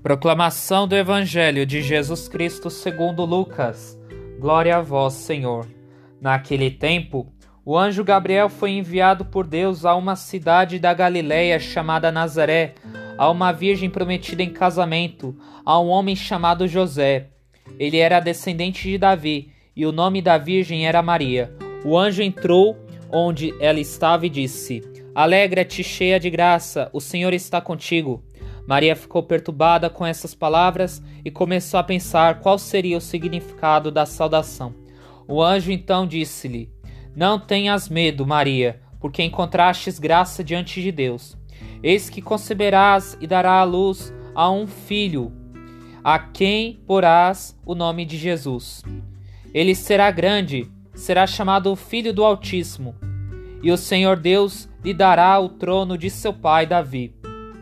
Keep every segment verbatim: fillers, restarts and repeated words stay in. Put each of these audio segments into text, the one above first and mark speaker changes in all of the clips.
Speaker 1: Proclamação do Evangelho de Jesus Cristo segundo Lucas. Glória a vós, Senhor. Naquele tempo, o anjo Gabriel foi enviado por Deus a uma cidade da Galiléia chamada Nazaré, a uma virgem prometida em casamento, a um homem chamado José. Ele era descendente de Davi, e o nome da virgem era Maria. O anjo entrou onde ela estava e disse: Alegra-te, cheia de graça, o Senhor está contigo. Maria ficou perturbada com essas palavras e começou a pensar qual seria o significado da saudação. O anjo então disse-lhe: Não tenhas medo, Maria, porque encontrastes graça diante de Deus. Eis que conceberás e darás à luz a um filho, a quem porás o nome de Jesus. Ele será grande, será chamado Filho do Altíssimo, e o Senhor Deus lhe dará o trono de seu pai Davi.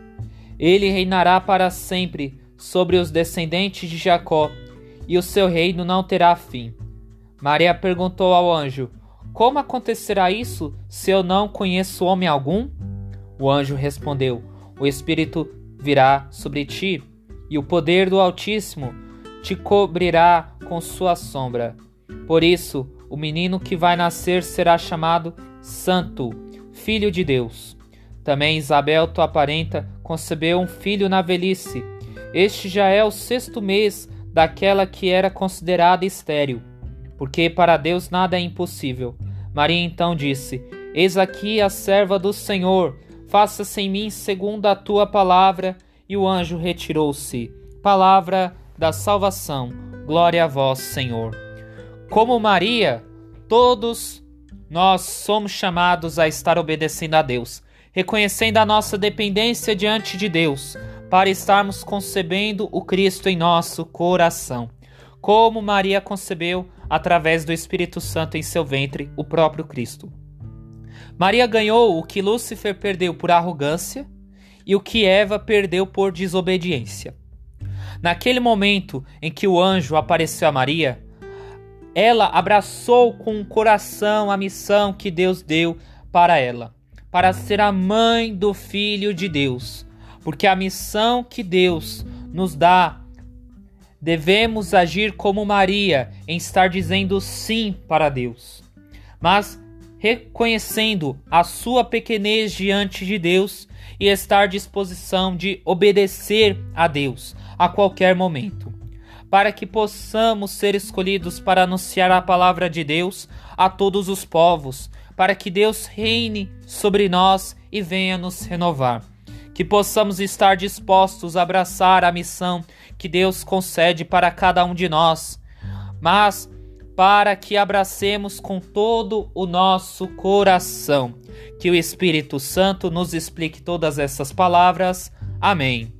Speaker 1: Ele reinará para sempre sobre os descendentes de Jacó, e o seu reino não terá fim. Maria perguntou ao anjo: Como acontecerá isso, se eu não conheço homem algum? O anjo respondeu: O Espírito virá sobre ti, e o poder do Altíssimo te cobrirá com sua sombra. Por isso, o menino que vai nascer será chamado Santo, Filho de Deus. Também Isabel, tua parenta, concebeu um filho na velhice. Este já é o sexto mês daquela que era considerada estéril, porque para Deus nada é impossível. Maria então disse: Eis aqui a serva do Senhor, faça-se em mim segundo a tua palavra. E o anjo retirou-se. Palavra da salvação. Glória a vós, Senhor. Como Maria, todos nós somos chamados a estar obedecendo a Deus, reconhecendo a nossa dependência diante de Deus, para estarmos concebendo o Cristo em nosso coração. Como Maria concebeu, através do Espírito Santo em seu ventre, o próprio Cristo. Maria ganhou o que Lúcifer perdeu por arrogância e o que Eva perdeu por desobediência. Naquele momento em que o anjo apareceu a Maria, ela abraçou com o coração a missão que Deus deu para ela, para ser a mãe do Filho de Deus. Porque a missão que Deus nos dá, devemos agir como Maria, em estar dizendo sim para Deus, mas reconhecendo a sua pequenez diante de Deus e estar à disposição de obedecer a Deus a qualquer momento, para que possamos ser escolhidos para anunciar a palavra de Deus a todos os povos, para que Deus reine sobre nós e venha nos renovar. Que possamos estar dispostos a abraçar a missão que Deus concede para cada um de nós, mas para que abracemos com todo o nosso coração. Que o Espírito Santo nos explique todas essas palavras. Amém.